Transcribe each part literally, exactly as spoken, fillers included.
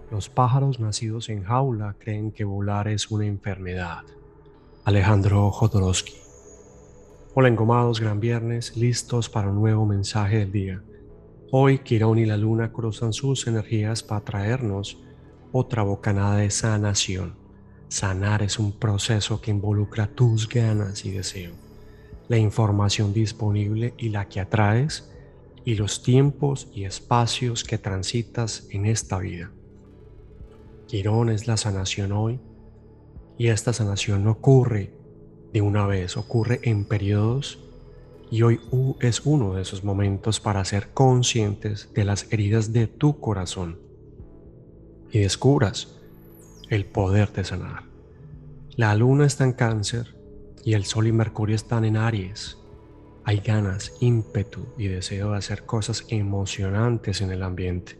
Los pájaros nacidos en jaula creen que volar es una enfermedad. Alejandro Jodorowsky. Hola engomados, gran viernes, listos para un nuevo mensaje del día. Hoy Quirón y la luna cruzan sus energías para traernos otra bocanada de sanación. Sanar es un proceso que involucra tus ganas y deseo, la información disponible y la que atraes, y los tiempos y espacios que transitas en esta vida. Quirón es la sanación hoy, y esta sanación no ocurre de una vez, ocurre en periodos, y hoy es uno de esos momentos para ser conscientes de las heridas de tu corazón y descubras el poder de sanar. La luna está en Cáncer y el Sol y Mercurio están en Aries. Hay ganas, ímpetu y deseo de hacer cosas emocionantes en el ambiente.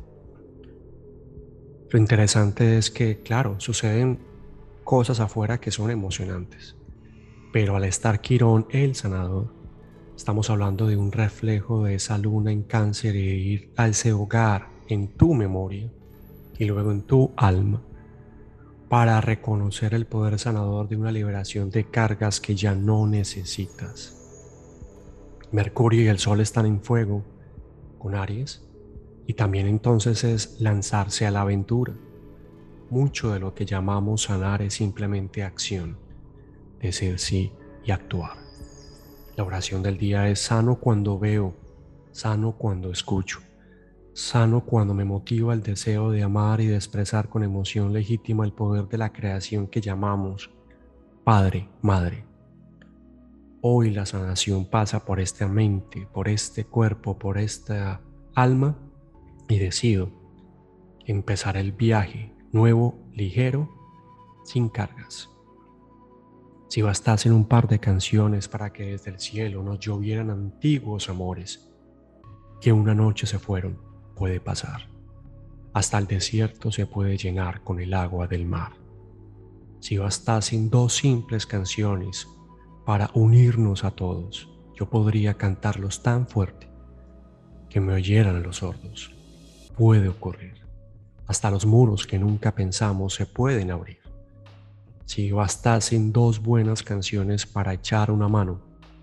Lo interesante es que, claro, suceden cosas afuera que son emocionantes, pero al estar Quirón, el sanador, estamos hablando de un reflejo de esa luna en Cáncer y de ir a ese hogar en tu memoria y luego en tu alma para reconocer el poder sanador de una liberación de cargas que ya no necesitas. Mercurio y el Sol están en fuego con Aries, y también entonces es lanzarse a la aventura. Mucho de lo que llamamos sanar es simplemente acción, decir sí y actuar. La oración del día es: sano cuando veo, sano cuando escucho, sano cuando me motiva el deseo de amar y de expresar con emoción legítima el poder de la creación que llamamos Padre, Madre. Hoy la sanación pasa por esta mente, por este cuerpo, por esta alma, y decido empezar el viaje nuevo, ligero, sin cargas. Si bastasen un par de canciones para que desde el cielo nos llovieran antiguos amores que una noche se fueron, puede pasar. Hasta el desierto se puede llenar con el agua del mar. Si bastasen dos simples canciones para unirnos a todos, yo podría cantarlos tan fuerte que me oyeran los sordos. Puede ocurrir. Hasta los muros que nunca pensamos se pueden abrir. Si bastasen dos buenas canciones para echar una mano,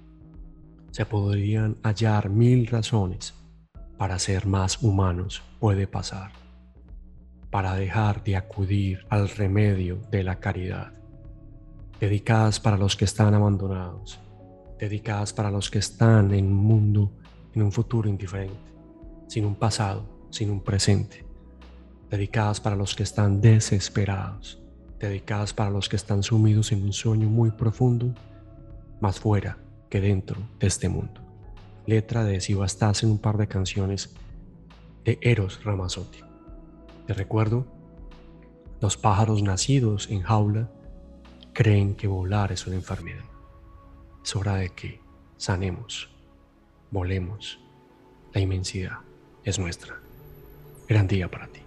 se podrían hallar mil razones para ser más humanos. Puede pasar. Para dejar de acudir al remedio de la caridad. Dedicadas para los que están abandonados, dedicadas para los que están en un mundo, en un futuro indiferente, sin un pasado, sin un presente, dedicadas para los que están desesperados, dedicadas para los que están sumidos en un sueño muy profundo, más fuera que dentro de este mundo. Letra de Si bastasen un par de canciones de Eros Ramazzotti. Te recuerdo, los pájaros nacidos en jaula creen que volar es una enfermedad. Es hora de que sanemos, volemos. La inmensidad es nuestra. Gran día para ti.